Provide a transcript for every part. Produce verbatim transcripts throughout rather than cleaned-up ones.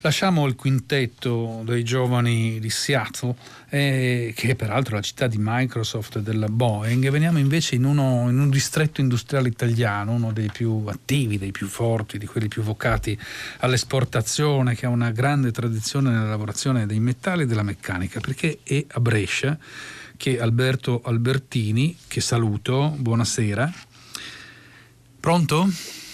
Lasciamo il quintetto dei giovani di Seattle, eh, che è peraltro la città di Microsoft e della Boeing, e veniamo invece in, uno, in un distretto industriale italiano, uno dei più attivi, dei più forti, di quelli più vocati all'esportazione, che ha una grande tradizione nella lavorazione dei metalli e della meccanica, perché è a Brescia che Alberto Albertini, che saluto, buonasera. Pronto?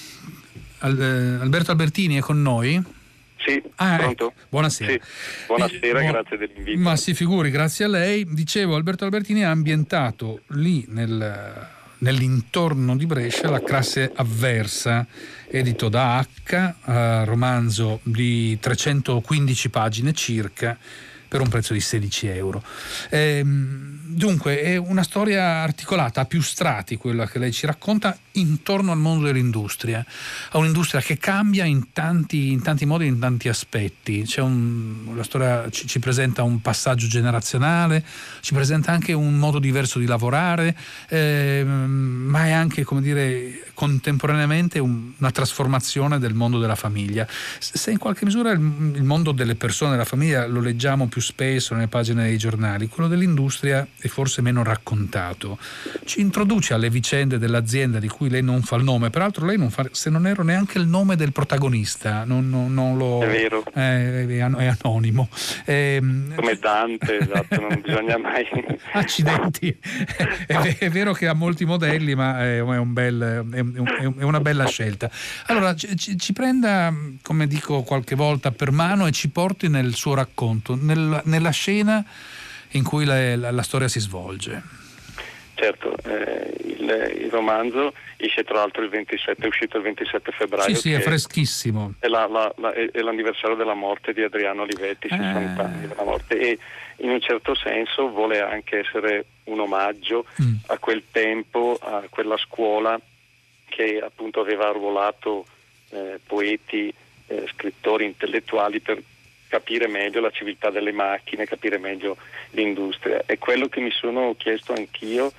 Al, eh, Alberto Albertini è con noi? Sì, ah, pronto? Ecco. Buonasera. Sì. Buonasera, eh, grazie dell'invito. Ma si figuri, grazie a lei. Dicevo, Alberto Albertini ha ambientato lì nel, nell'intorno di Brescia La classe avversa, edito da H, eh, romanzo di trecentoquindici pagine circa, per un prezzo di sedici euro. Ehm, dunque è una storia articolata a più strati, quella che lei ci racconta, intorno al mondo dell'industria, a un'industria che cambia in tanti, in tanti modi, in tanti aspetti. C'è un, la storia ci, ci presenta un passaggio generazionale, ci presenta anche un modo diverso di lavorare, ehm, ma è anche, come dire, contemporaneamente un, una trasformazione del mondo della famiglia. Se in qualche misura il, il mondo delle persone, della famiglia, lo leggiamo più spesso nelle pagine dei giornali, quello dell'industria è forse meno raccontato. Ci introduce alle vicende dell'azienda di cui lei non fa il nome, peraltro lei non fa, se non erro, neanche il nome del protagonista, non, non, non lo, è vero, è, è anonimo, è, come Dante, esatto, non bisogna mai accidenti. è, è vero che ha molti modelli, ma è, un bel, è, è una bella scelta. Allora ci, ci prenda, come dico qualche volta, per mano e ci porti nel suo racconto, nel, nella scena in cui la, la, la storia si svolge. Certo, eh, il, il romanzo esce tra l'altro il ventisette, è uscito il ventisette febbraio. Sì, sì, è freschissimo. È, la, la, la, è l'anniversario della morte di Adriano Olivetti, sessanta anni eh. della morte, e in un certo senso vuole anche essere un omaggio mm. a quel tempo, a quella scuola che appunto aveva arruolato eh, poeti, eh, scrittori, intellettuali per capire meglio la civiltà delle macchine, capire meglio l'industria. È quello che mi sono chiesto anch'io,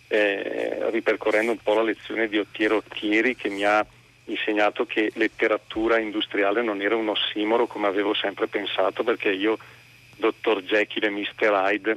eh, ripercorrendo un po' la lezione di Ottiero Ottieri, che mi ha insegnato che letteratura industriale non era un ossimoro come avevo sempre pensato, perché io, dottor Jekyll e mister Hyde,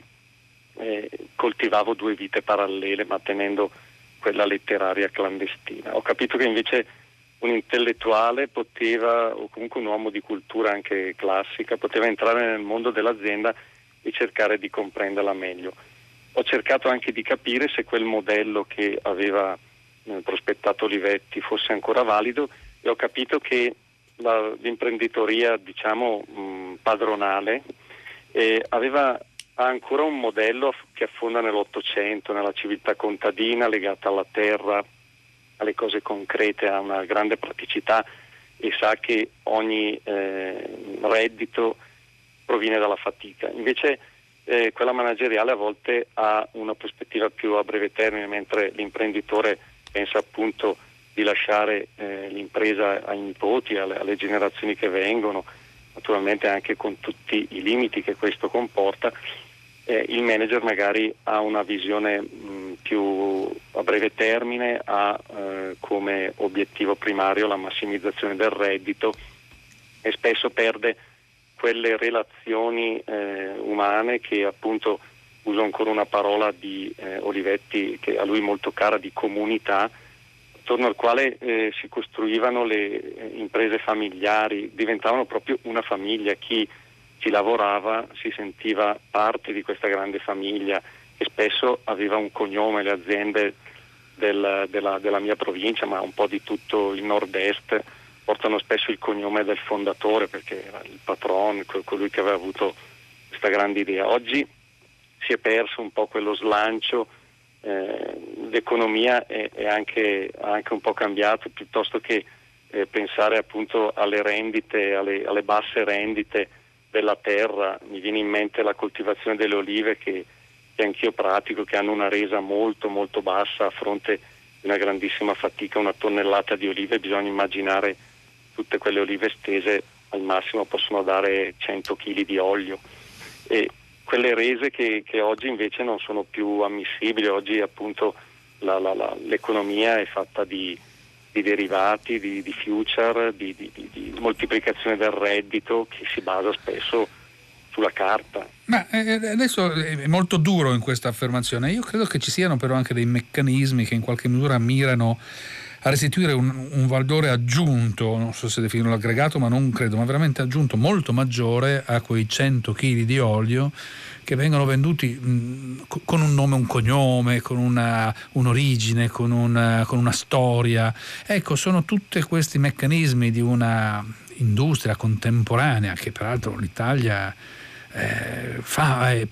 eh, coltivavo due vite parallele, ma tenendo quella letteraria clandestina. Ho capito che invece un intellettuale poteva, o comunque un uomo di cultura anche classica, poteva entrare nel mondo dell'azienda e cercare di comprenderla meglio. Ho cercato anche di capire se quel modello che aveva eh, prospettato Olivetti fosse ancora valido, e ho capito che la, l'imprenditoria, diciamo, mh, padronale eh, aveva ha ancora un modello che affonda nell'Ottocento, nella civiltà contadina legata alla terra, alle cose concrete, ha una grande praticità e sa che ogni eh, reddito proviene dalla fatica. Invece eh, quella manageriale a volte ha una prospettiva più a breve termine, mentre l'imprenditore pensa appunto di lasciare eh, l'impresa ai nipoti, alle, alle generazioni che vengono, naturalmente anche con tutti i limiti che questo comporta. Eh, il manager magari ha una visione mh, più a breve termine, ha eh, come obiettivo primario la massimizzazione del reddito e spesso perde quelle relazioni eh, umane che, appunto, uso ancora una parola di eh, Olivetti che a lui molto cara, di comunità, attorno al quale eh, si costruivano le eh, imprese familiari, diventavano proprio una famiglia. Chi ci lavorava si sentiva parte di questa grande famiglia e spesso aveva un cognome. Le aziende del, della, della mia provincia, ma un po' di tutto il nord-est, portano spesso il cognome del fondatore, perché era il patron, colui che aveva avuto questa grande idea. Oggi si è perso un po' quello slancio, eh, l'economia è, è anche, ha anche un po' cambiato, piuttosto che eh, pensare appunto alle rendite, alle, alle basse rendite della terra. Mi viene in mente la coltivazione delle olive che, che anch'io pratico, che hanno una resa molto molto bassa a fronte di una grandissima fatica. Una tonnellata di olive, bisogna immaginare tutte quelle olive stese, al massimo possono dare cento chili di olio, e quelle rese che, che oggi invece non sono più ammissibili. Oggi appunto la, la, la, l'economia è fatta di di derivati, di, di future, di, di, di, di moltiplicazione del reddito che si basa spesso sulla carta. Ma eh, adesso è molto duro in questa affermazione. Io credo che ci siano però anche dei meccanismi che in qualche misura mirano a restituire un, un valore aggiunto, non so se definirlo aggregato, ma non credo, ma veramente aggiunto molto maggiore a quei cento chili di olio che vengono venduti mh, con un nome, un cognome, con una, un'origine, con una, con una storia. Ecco, sono tutti questi meccanismi di una industria contemporanea che peraltro l'Italia eh, fa, eh,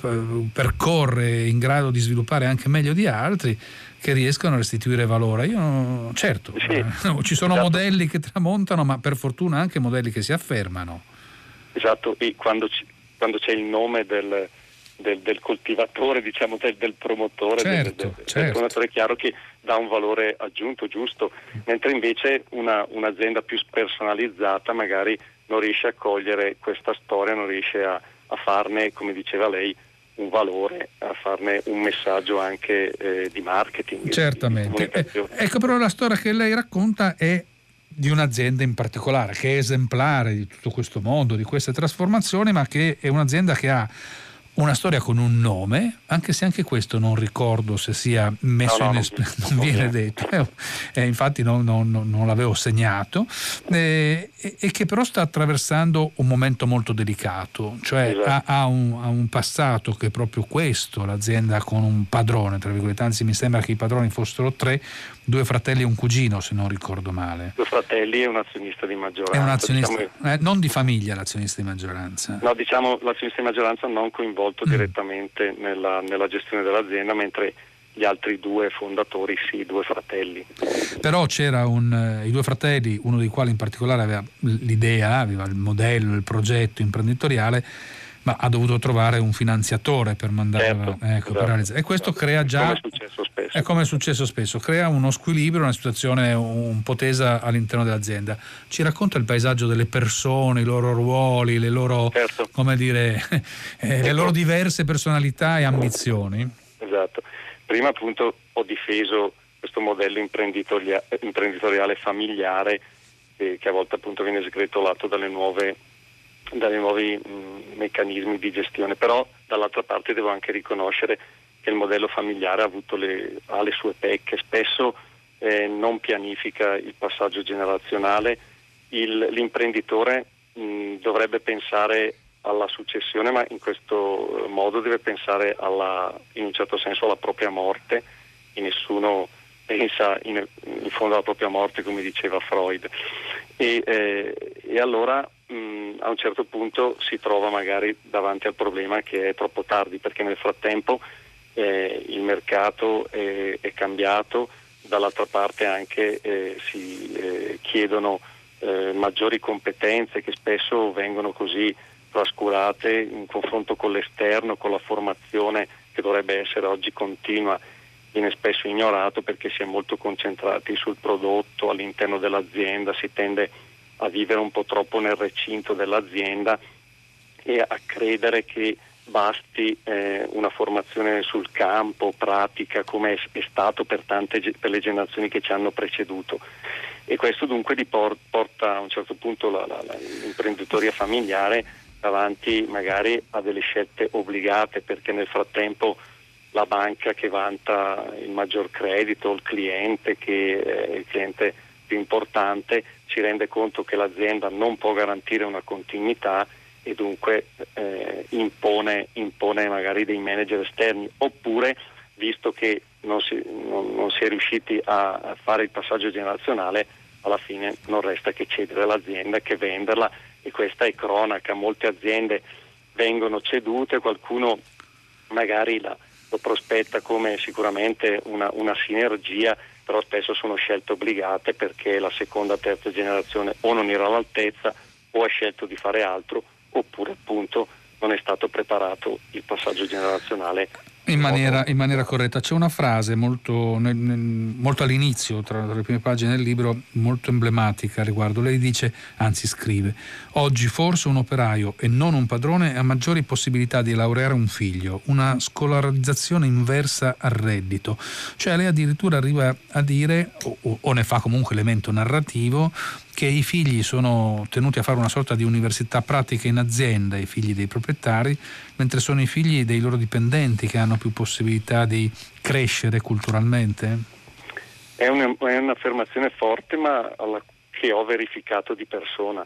percorre in grado di sviluppare anche meglio di altri, che riescono a restituire valore. Io certo, sì, eh, ci sono esatto. modelli che tramontano, ma per fortuna anche modelli che si affermano. Esatto, e quando, ci, quando c'è il nome del, del, del coltivatore, diciamo del, del promotore, certo, del, del, certo. del promotore, è chiaro che dà un valore aggiunto, giusto, mentre invece una, un'azienda più spersonalizzata magari non riesce a cogliere questa storia, non riesce a, a farne, come diceva lei, un valore, a farne un messaggio anche eh, di marketing. Certamente. Di eh, ecco, però la storia che lei racconta è di un'azienda in particolare, che è esemplare di tutto questo mondo, di queste trasformazioni, ma che è un'azienda che ha una storia con un nome, anche se anche questo non ricordo se sia messo no, no, in esp- non, non viene detto, eh, eh, infatti non, non, non l'avevo segnato, eh, e, e che però sta attraversando un momento molto delicato, cioè esatto. ha, ha, un, ha un passato che è proprio questo, l'azienda con un padrone, tra virgolette, anzi mi sembra che i padroni fossero tre, due fratelli e un cugino, se non ricordo male. Due fratelli e un azionista di maggioranza. È un azionista, diciamo, eh, non di famiglia l'azionista di maggioranza. No, diciamo l'azionista di maggioranza non coinvolto mm. direttamente nella, nella gestione dell'azienda, mentre gli altri due fondatori sì, due fratelli. Però c'era un, i due fratelli, uno dei quali in particolare aveva l'idea, aveva il modello, il progetto imprenditoriale, ma ha dovuto trovare un finanziatore per mandarlo, certo, ecco, esatto, per realizzare. E questo esatto. crea già, come è successo spesso. È come è successo spesso, crea uno squilibrio, una situazione un po' tesa all'interno dell'azienda. Ci racconta il paesaggio delle persone, i loro ruoli, le loro, certo. come dire, eh, le loro diverse personalità e ambizioni. Esatto. Prima appunto ho difeso questo modello imprenditoriale, imprenditoriale familiare eh, che a volte appunto viene sgretolato dalle nuove dai nuovi mh, meccanismi di gestione, però dall'altra parte devo anche riconoscere che il modello familiare ha avuto le, ha le sue pecche, spesso eh, non pianifica il passaggio generazionale, il, l'imprenditore mh, dovrebbe pensare alla successione, ma in questo modo deve pensare alla, in un certo senso alla propria morte, e nessuno pensa in, in fondo alla propria morte, come diceva Freud, e, eh, e allora mh, a un certo punto si trova magari davanti al problema che è troppo tardi, perché nel frattempo eh, il mercato è, è cambiato, dall'altra parte anche eh, si eh, chiedono eh, maggiori competenze che spesso vengono così trascurate in confronto con l'esterno, con la formazione che dovrebbe essere oggi continua, viene spesso ignorato perché si è molto concentrati sul prodotto all'interno dell'azienda, si tende a vivere un po' troppo nel recinto dell'azienda e a credere che basti eh, una formazione sul campo, pratica, come è stato per tante per le generazioni che ci hanno preceduto. E questo dunque porta a un certo punto la, la, la, l'imprenditoria familiare davanti magari a delle scelte obbligate, perché nel frattempo la banca che vanta il maggior credito, il cliente che è il cliente più importante, si rende conto che l'azienda non può garantire una continuità e dunque eh, impone, impone magari dei manager esterni, oppure visto che non si, non, non si è riusciti a, a fare il passaggio generazionale, alla fine non resta che cedere l'azienda, che venderla, e questa è cronaca. Molte aziende vengono cedute, qualcuno magari la lo prospetta come sicuramente una, una sinergia, però spesso sono scelte obbligate perché la seconda, terza generazione o non era all'altezza o ha scelto di fare altro, oppure appunto non è stato preparato il passaggio generazionale In maniera, in maniera corretta. C'è una frase molto, nel, nel, molto all'inizio, tra le prime pagine del libro, molto emblematica a riguardo. Lei dice, anzi scrive: oggi forse un operaio e non un padrone ha maggiori possibilità di laureare un figlio, una scolarizzazione inversa al reddito. Cioè lei addirittura arriva a dire, o, o ne fa comunque elemento narrativo, che i figli sono tenuti a fare una sorta di università pratica in azienda, i figli dei proprietari, mentre sono i figli dei loro dipendenti che hanno più possibilità di crescere culturalmente? È, un, è un'affermazione forte, ma alla, che ho verificato di persona.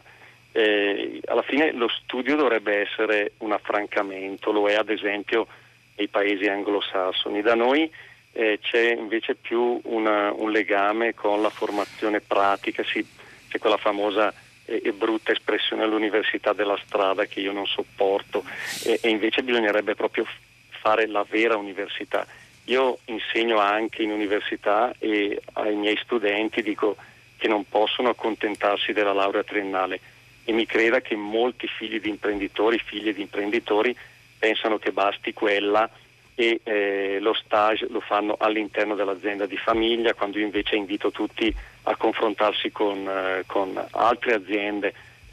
Eh, alla fine lo studio dovrebbe essere un affrancamento, lo è ad esempio nei paesi anglosassoni. Da noi eh, c'è invece più una, un legame con la formazione pratica, si c'è quella famosa e, e brutta espressione all'università della strada che io non sopporto, e, e invece bisognerebbe proprio fare la vera università. Io insegno anche in università e ai miei studenti dico che non possono accontentarsi della laurea triennale, e mi creda che molti figli di imprenditori, figlie di imprenditori pensano che basti quella e eh, lo stage lo fanno all'interno dell'azienda di famiglia, quando io invece invito tutti a confrontarsi con, eh, con altre aziende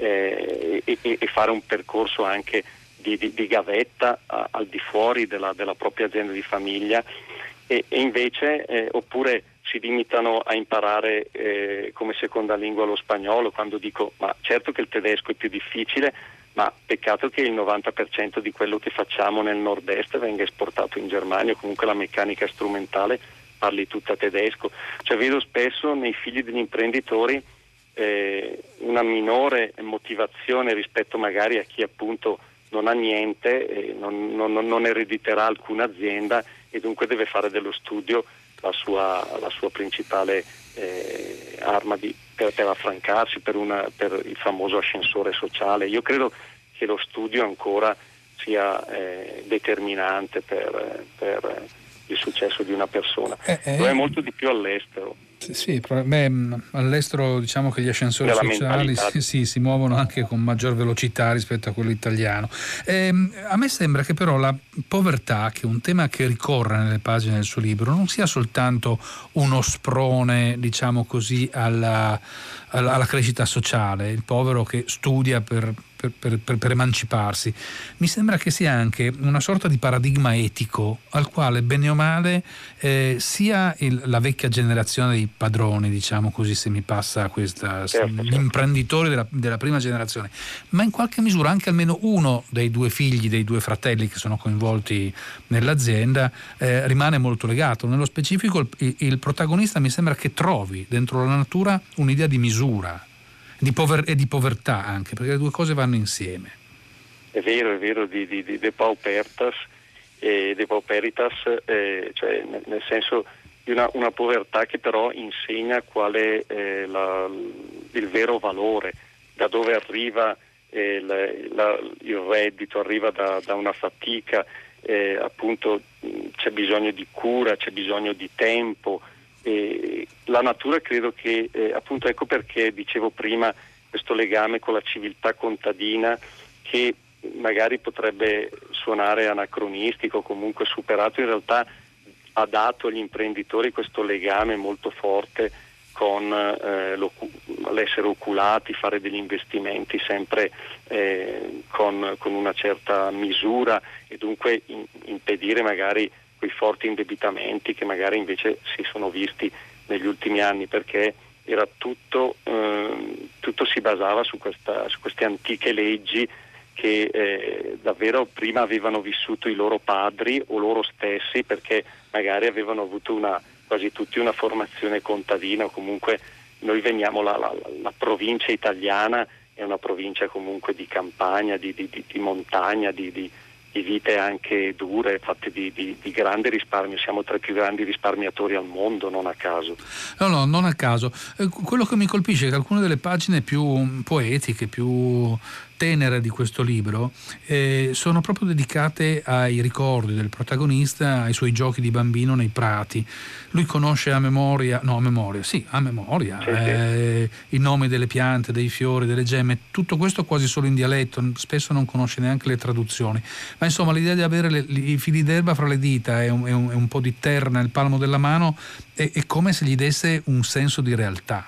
eh, e, e fare un percorso anche di, di, di gavetta a, al di fuori della, della propria azienda di famiglia, e, e invece eh, oppure si limitano a imparare eh, come seconda lingua lo spagnolo, quando dico ma certo che il tedesco è più difficile, ma peccato che il novanta per cento di quello che facciamo nel nord-est venga esportato in Germania, o comunque la meccanica strumentale parli tutta tedesco. Cioè vedo spesso nei figli degli imprenditori eh, una minore motivazione rispetto magari a chi appunto non ha niente, eh, non, non, non erediterà alcuna azienda e dunque deve fare dello studio la sua, la sua principale eh, arma di, per, per affrancarsi, per, una, per il famoso ascensore sociale. Io credo che lo studio ancora sia eh, determinante per, per il successo di una persona. Eh, eh. Lo è molto di più all'estero. Sì, sì, beh, all'estero diciamo che gli ascensori Della sociali sì, sì, si muovono anche con maggior velocità rispetto a quello italiano. Eh, a me sembra che però la povertà, che è un tema che ricorre nelle pagine del suo libro, non sia soltanto uno sprone, diciamo così, alla, alla, alla crescita sociale, il povero che studia per Per, per, per, per emanciparsi. Mi sembra che sia anche una sorta di paradigma etico al quale bene o male eh, sia il, la vecchia generazione dei padroni, diciamo così, se mi passa questa, certo, gli certo. imprenditori della, della prima generazione, ma in qualche misura anche almeno uno dei due figli, dei due fratelli che sono coinvolti nell'azienda eh, rimane molto legato. Nello specifico il, il protagonista mi sembra che trovi dentro la natura un'idea di misura Di pover- e di povertà anche, perché le due cose vanno insieme. È vero, è vero, di, di, di depaupertas e depauperitas, eh, cioè nel, nel senso di una, una povertà che però insegna qual è eh, la, il vero valore, da dove arriva eh, la, la, il reddito, arriva da, da una fatica, eh, appunto c'è bisogno di cura, c'è bisogno di tempo. Eh, la natura credo che eh, appunto ecco perché dicevo prima questo legame con la civiltà contadina, che magari potrebbe suonare anacronistico o comunque superato, in realtà ha dato agli imprenditori questo legame molto forte con eh, l'essere oculati, fare degli investimenti sempre eh, con, con una certa misura e dunque in, impedire magari quei forti indebitamenti che magari invece si sono visti negli ultimi anni, perché era tutto, eh, tutto si basava su, questa, su queste antiche leggi che eh, davvero prima avevano vissuto i loro padri o loro stessi, perché magari avevano avuto una, quasi tutti una formazione contadina, o comunque noi veniamo, la, la, la provincia italiana è una provincia comunque di campagna, di, di, di, di montagna, di, di di vite anche dure, fatte di, di, di grande risparmio. Siamo tra i più grandi risparmiatori al mondo, non a caso. No, no, non a caso. Eh, quello che mi colpisce è che alcune delle pagine più poetiche, più, tenere di questo libro eh, sono proprio dedicate ai ricordi del protagonista, ai suoi giochi di bambino nei prati. Lui conosce a memoria, no a memoria, sì, a memoria, sì, eh, sì. i nomi delle piante, dei fiori, delle gemme, tutto questo quasi solo in dialetto, spesso non conosce neanche le traduzioni. Ma insomma l'idea di avere le, i fili d'erba fra le dita e un, e un, e un po' di terra nel palmo della mano è, è come se gli desse un senso di realtà.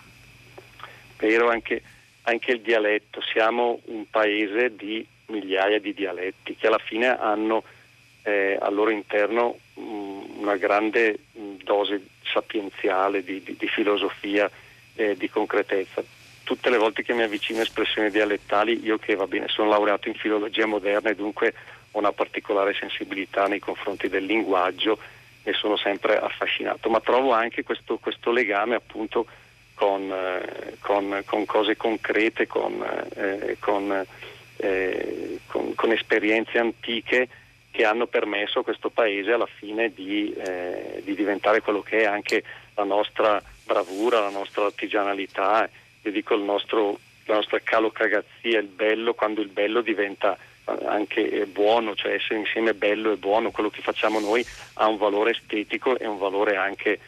Vero, anche, anche il dialetto. Siamo un paese di migliaia di dialetti che alla fine hanno eh, al loro interno mh, una grande mh, dose sapienziale di, di, di filosofia, eh, di concretezza. Tutte le volte che mi avvicino a espressioni dialettali, io che va bene, sono laureato in filologia moderna e dunque ho una particolare sensibilità nei confronti del linguaggio e sono sempre affascinato, ma trovo anche questo, questo legame appunto con, eh, con, con cose concrete, con, eh, con, eh, con, con esperienze antiche che hanno permesso a questo paese alla fine di, eh, di diventare quello che è anche la nostra bravura, la nostra artigianalità. Io dico il nostro, la nostra calocagazia, il bello, quando il bello diventa anche buono, cioè essere insieme bello e buono, quello che facciamo noi ha un valore estetico e un valore anche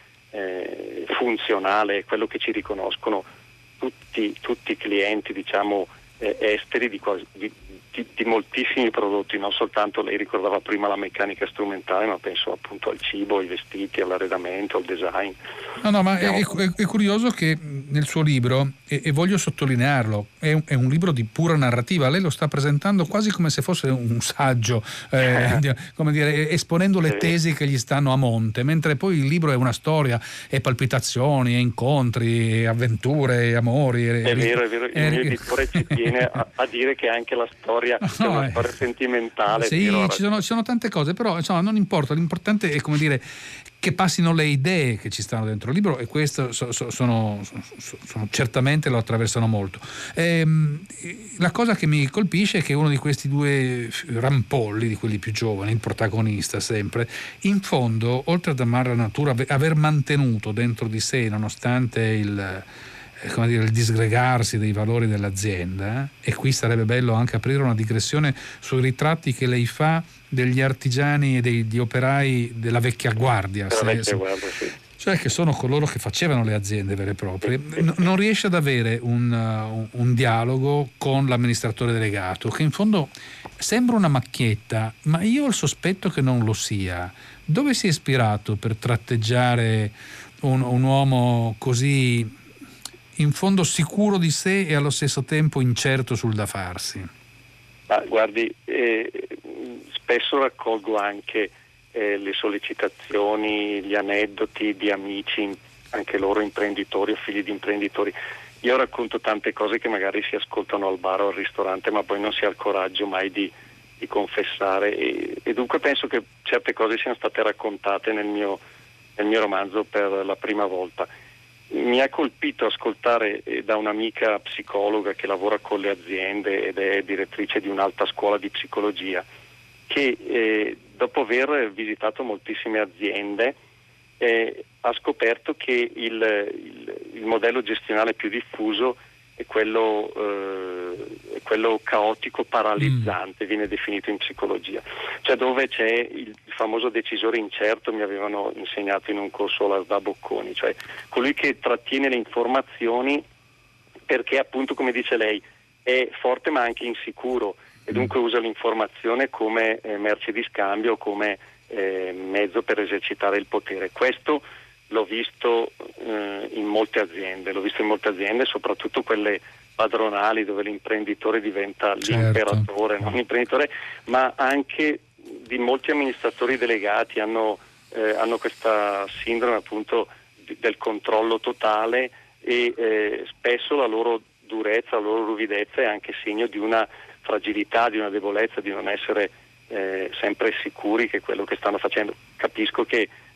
eh, funzionale, quello che ci riconoscono tutti, tutti i clienti, diciamo, eh, esteri di, quasi, di, di, di moltissimi prodotti, non soltanto, lei ricordava prima la meccanica strumentale, ma penso appunto al cibo, ai vestiti, all'arredamento, al design. No, no, ma è, è, è curioso che nel suo libro, e, e voglio sottolinearlo, è un, è un libro di pura narrativa. Lei lo sta presentando quasi come se fosse un saggio, eh, come dire, esponendo le tesi che gli stanno a monte, mentre poi il libro è una storia, è palpitazioni, è incontri, è avventure, è amori. È, è vero, è vero, il è, mio editore ci tiene a, a dire che anche la storia no, è una eh, storia sentimentale. Sì, vero, ci, sono, ci sono tante cose, però insomma non importa, l'importante è, come dire, che passino le idee che ci stanno dentro il libro, e questo so, so, sono, so, sono certamente lo attraversano molto. Ehm, la cosa che mi colpisce è che uno di questi due rampolli, di quelli più giovani, il protagonista sempre, in fondo, oltre ad amare la natura, aver mantenuto dentro di sé, nonostante il come dire, il disgregarsi dei valori dell'azienda, eh? E qui sarebbe bello anche aprire una digressione sui ritratti che lei fa degli artigiani e degli operai della vecchia guardia, se, vecchia se, guardia sì. Cioè che sono coloro che facevano le aziende vere e proprie. N- non riesce ad avere un, uh, un dialogo con l'amministratore delegato, che in fondo sembra una macchietta, ma io ho il sospetto che non lo sia. Dove si è ispirato per tratteggiare un, un uomo così in fondo sicuro di sé e allo stesso tempo incerto sul da farsi? Ma guardi, eh, spesso raccolgo anche eh, le sollecitazioni, gli aneddoti di amici, anche loro imprenditori o figli di imprenditori. Io racconto tante cose che magari si ascoltano al bar o al ristorante, ma poi non si ha il coraggio mai di, di confessare, e, e dunque penso che certe cose siano state raccontate nel mio, nel mio romanzo per la prima volta. Mi ha colpito ascoltare da un'amica psicologa che lavora con le aziende ed è direttrice di un'alta scuola di psicologia, che eh, dopo aver visitato moltissime aziende eh, ha scoperto che il, il, il modello gestionale più diffuso è quello, eh, è quello caotico paralizzante, mm. viene definito in psicologia, cioè dove c'è il famoso decisore incerto, mi avevano insegnato in un corso alla S D A Bocconi, cioè colui che trattiene le informazioni perché appunto, come dice lei, è forte ma anche insicuro e dunque usa l'informazione come eh, merce di scambio, come eh, mezzo per esercitare il potere. Questo l'ho visto eh, in molte aziende, l'ho visto in molte aziende, soprattutto quelle padronali dove l'imprenditore diventa certo. l'imperatore, non l'imprenditore, ma anche di molti amministratori delegati hanno, eh, hanno questa sindrome appunto di, del controllo totale e eh, spesso la loro durezza, la loro ruvidezza è anche segno di una fragilità, di una debolezza, di non essere eh, sempre sicuri che quello che stanno facendo. Capisco che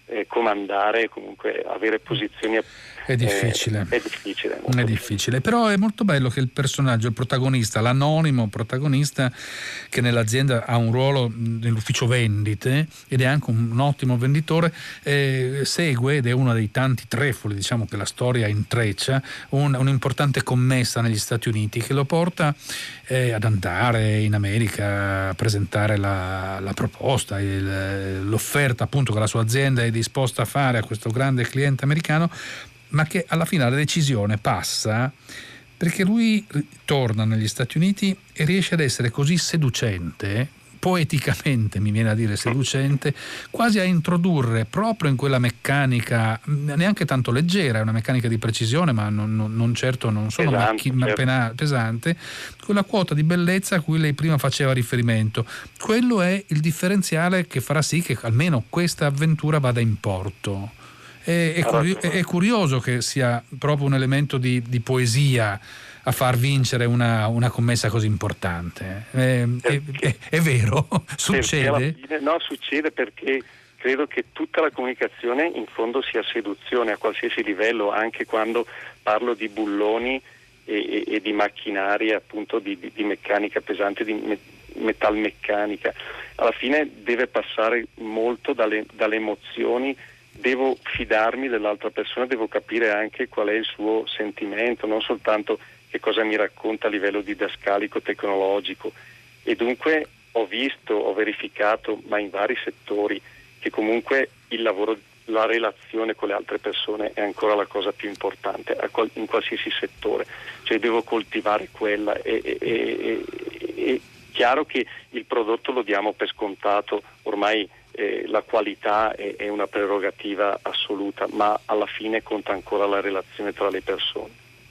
eh, comandare, comunque avere posizioni. È difficile. Eh, è difficile. È difficile, però è molto bello che il personaggio, il protagonista, l'anonimo protagonista che nell'azienda ha un ruolo nell'ufficio vendite ed è anche un, un ottimo venditore, eh, segue, ed è uno dei tanti trefoli, diciamo, che la storia intreccia, un, un'importante commessa negli Stati Uniti che lo porta eh, ad andare in America a presentare la, la proposta, il, l'offerta appunto che la sua azienda è disposta a fare a questo grande cliente americano, ma che alla fine la decisione passa perché lui torna negli Stati Uniti e riesce ad essere così seducente, poeticamente mi viene a dire seducente, quasi a introdurre proprio in quella meccanica neanche tanto leggera, è una meccanica di precisione ma non, non, non certo non solo pesante, macchina, certo. pena, pesante, quella quota di bellezza a cui lei prima faceva riferimento. Quello è il differenziale che farà sì che almeno questa avventura vada in porto. È, è, curio- è curioso che sia proprio un elemento di, di poesia a far vincere una, una commessa così importante. È, è, è, è vero? Succede? Fine, no, succede perché credo che tutta la comunicazione in fondo sia seduzione a qualsiasi livello, anche quando parlo di bulloni e, e, e di macchinari, appunto di, di, di meccanica pesante, di me, metalmeccanica. Alla fine deve passare molto dalle, dalle emozioni. Devo fidarmi dell'altra persona, devo capire anche qual è il suo sentimento, non soltanto che cosa mi racconta a livello didascalico tecnologico. E dunque ho visto, ho verificato, ma in vari settori, che comunque il lavoro, la relazione con le altre persone è ancora la cosa più importante in qualsiasi settore, cioè devo coltivare quella. E, e, e, e, è chiaro che il prodotto lo diamo per scontato, ormai Eh, la qualità è, è una prerogativa assoluta, ma alla fine conta ancora la relazione tra le persone.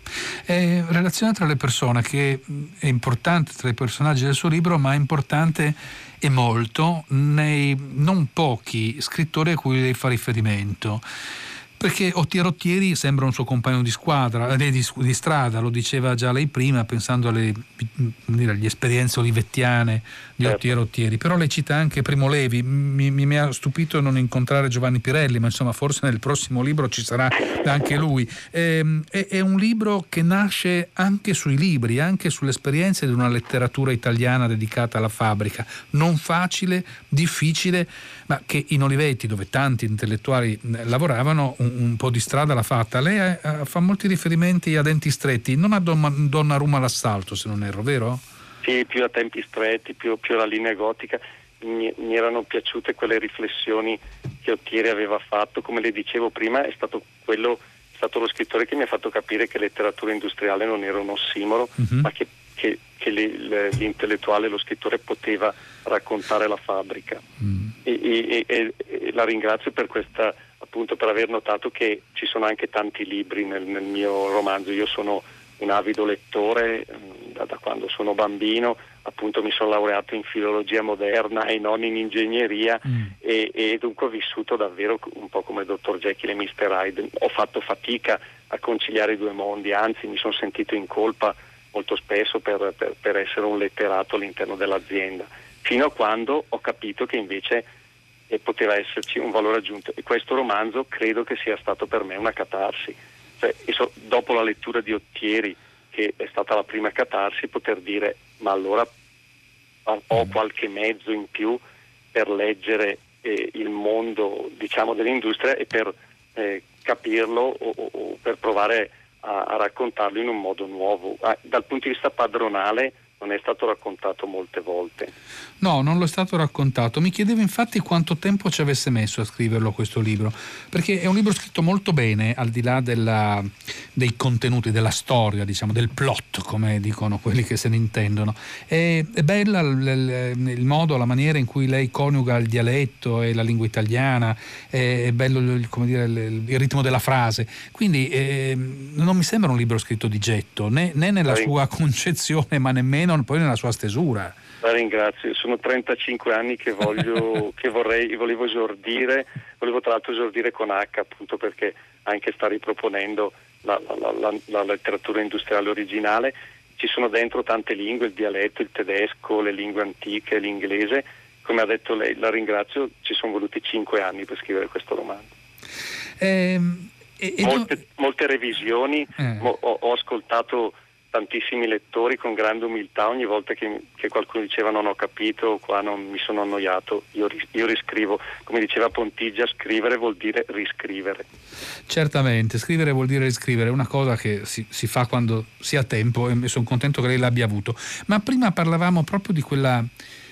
È relazione tra le persone che è importante tra i personaggi del suo libro, ma è importante e molto nei non pochi scrittori a cui lei fa riferimento. Perché Otti Rottieri sembra un suo compagno di squadra, di, di strada, lo diceva già lei prima, pensando alle, dire, alle esperienze olivettiane di certo. Otti Rottieri. Però lei cita anche Primo Levi. Mi, mi, mi ha stupito non incontrare Giovanni Pirelli, ma insomma forse nel prossimo libro ci sarà anche lui. È, è, è un libro che nasce anche sui libri, anche sulle esperienze di una letteratura italiana dedicata alla fabbrica. Non facile, difficile, ma che in Olivetti, dove tanti intellettuali lavoravano, un, un po' di strada l'ha fatta. Lei ha, fa molti riferimenti a Denti stretti, non a Don, Donnarumma all'assalto, se non erro, vero? Sì, più a Tempi stretti, più, più alla linea gotica. Mi, mi erano piaciute quelle riflessioni che Ottieri aveva fatto. Come le dicevo prima, è stato quello, è stato lo scrittore che mi ha fatto capire che letteratura industriale non era un ossimoro, uh-huh. ma che, che, che le, l'intellettuale, lo scrittore poteva raccontare la fabbrica. Mm. E, e, e, e la ringrazio per questa, appunto, per aver notato che ci sono anche tanti libri nel, nel mio romanzo. Io sono un avido lettore da, da quando sono bambino, appunto mi sono laureato in filologia moderna e non in ingegneria mm. e, e dunque ho vissuto davvero un po' come dottor Jekyll e mister Hyde. Ho fatto fatica a conciliare i due mondi, anzi mi sono sentito in colpa molto spesso per, per, per essere un letterato all'interno dell'azienda, fino a quando ho capito che invece eh, poteva esserci un valore aggiunto, e questo romanzo credo che sia stato per me una catarsi. Cioè, so, dopo la lettura di Ottieri, che è stata la prima catarsi, poter dire ma allora ho qualche mezzo in più per leggere eh, il mondo, diciamo, dell'industria e per eh, capirlo o, o per provare a, a raccontarlo in un modo nuovo. Ah, dal punto di vista padronale non è stato raccontato molte volte. No, non lo è stato raccontato. Mi chiedevo infatti quanto tempo ci avesse messo a scriverlo questo libro, perché è un libro scritto molto bene, al di là della, dei contenuti, della storia, diciamo, del plot, come dicono quelli che se ne intendono. È, è bella il, il modo, la maniera in cui lei coniuga il dialetto e la lingua italiana, è, è bello il, come dire, il, il ritmo della frase. Quindi eh, non mi sembra un libro scritto di getto, né, né nella sua concezione, ma nemmeno poi nella sua stesura. La ringrazio, sono trentacinque anni che voglio che vorrei volevo esordire, volevo tra l'altro esordire con H, appunto perché anche sta riproponendo la, la, la, la letteratura industriale originale. Ci sono dentro tante lingue, il dialetto, il tedesco, le lingue antiche, l'inglese, come ha detto lei, la ringrazio, ci sono voluti cinque anni per scrivere questo romanzo. Ehm, e, e molte, io... molte revisioni, eh. mo, ho, ho ascoltato tantissimi lettori con grande umiltà, ogni volta che, che qualcuno diceva non ho capito, qua non mi sono annoiato, io, io riscrivo. Come diceva Pontigia, scrivere vuol dire riscrivere. Certamente, scrivere vuol dire riscrivere, è una cosa che si, si fa quando si ha tempo, e sono contento che lei l'abbia avuto. Ma prima parlavamo proprio di quella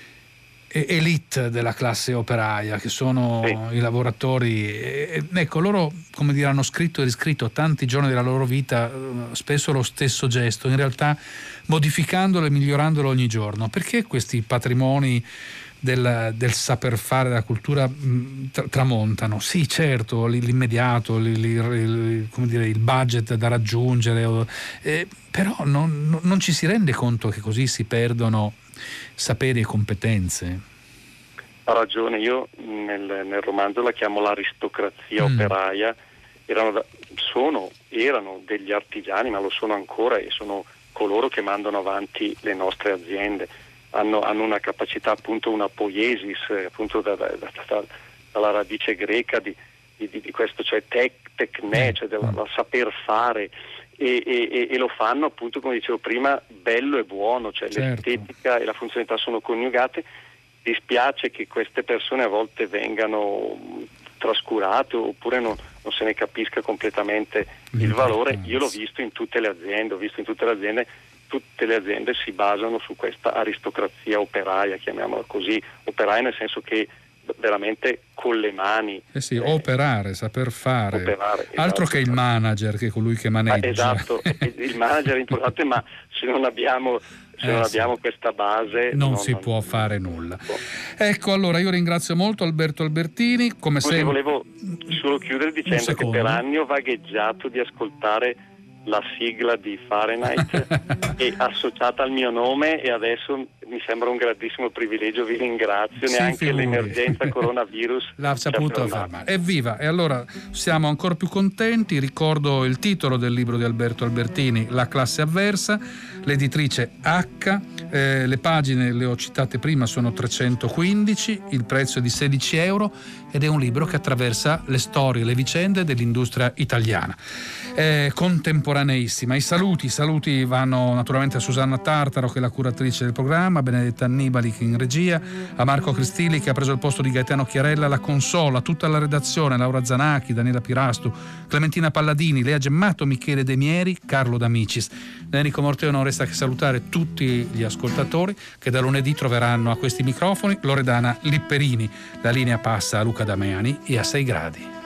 elite della classe operaia, che sono sì. i lavoratori, e, ecco, loro, come dire, hanno scritto e riscritto tanti giorni della loro vita, spesso lo stesso gesto, in realtà modificandolo e migliorandolo ogni giorno. Perché questi patrimoni del, del saper fare, della cultura tra, tramontano? Sì, certo, l'immediato, li, li, come dire, il budget da raggiungere, eh, però non, non ci si rende conto che così si perdono saperi e competenze. Ha ragione, io nel, nel romanzo la chiamo l'aristocrazia mm. operaia. Erano, sono, erano degli artigiani, ma lo sono ancora, e sono coloro che mandano avanti le nostre aziende. Hanno, hanno una capacità, appunto, una poiesis, appunto da, da, da, da, dalla radice greca di, di, di questo, cioè tec, tecne, cioè del saper fare. E, e, e lo fanno, appunto, come dicevo prima, bello e buono, cioè certo. l'estetica e la funzionalità sono coniugate. Dispiace che queste persone a volte vengano trascurate, oppure non, non se ne capisca completamente il valore. Io l'ho visto in tutte le aziende, ho visto in tutte le aziende, tutte le aziende si basano su questa aristocrazia operaia, chiamiamola così, operaia nel senso che veramente con le mani. Eh sì, eh, operare, saper fare. Operare, altro esatto. che il manager, che è colui che maneggia. Ah, esatto, il manager è importante, ma se non abbiamo, se eh, non sì. abbiamo questa base non, non si non, può non, fare nulla. Può. Ecco, allora io ringrazio molto Alberto Albertini, come Scusi, sempre. Volevo solo chiudere dicendo che per anni ho vagheggiato di ascoltare la sigla di Fahrenheit e associata al mio nome, e adesso mi sembra un grandissimo privilegio, vi ringrazio, sì, neanche figuri. l'emergenza coronavirus l'ha saputo fermare. Evviva! E allora siamo ancora più contenti. Ricordo il titolo del libro di Alberto Albertini, La classe avversa, l'editrice H, eh, le pagine le ho citate prima, sono trecentoquindici, il prezzo è di sedici euro, ed è un libro che attraversa le storie, le vicende dell'industria italiana. Eh, contemporaneissima. I saluti, i saluti vanno naturalmente a Susanna Tartaro, che è la curatrice del programma, a Benedetta Annibali che è in regia, a Marco Cristilli che ha preso il posto di Gaetano Chiarella alla console, a tutta la redazione, Laura Zanacchi, Daniela Pirastu, Clementina Palladini, Lea Gemmato, Michele Demieri, Carlo D'Amicis. Da Enrico Morteo non resta che salutare tutti gli ascoltatori che da lunedì troveranno a questi microfoni Loredana Lipperini. La linea passa a Luca Damiani e a sei gradi.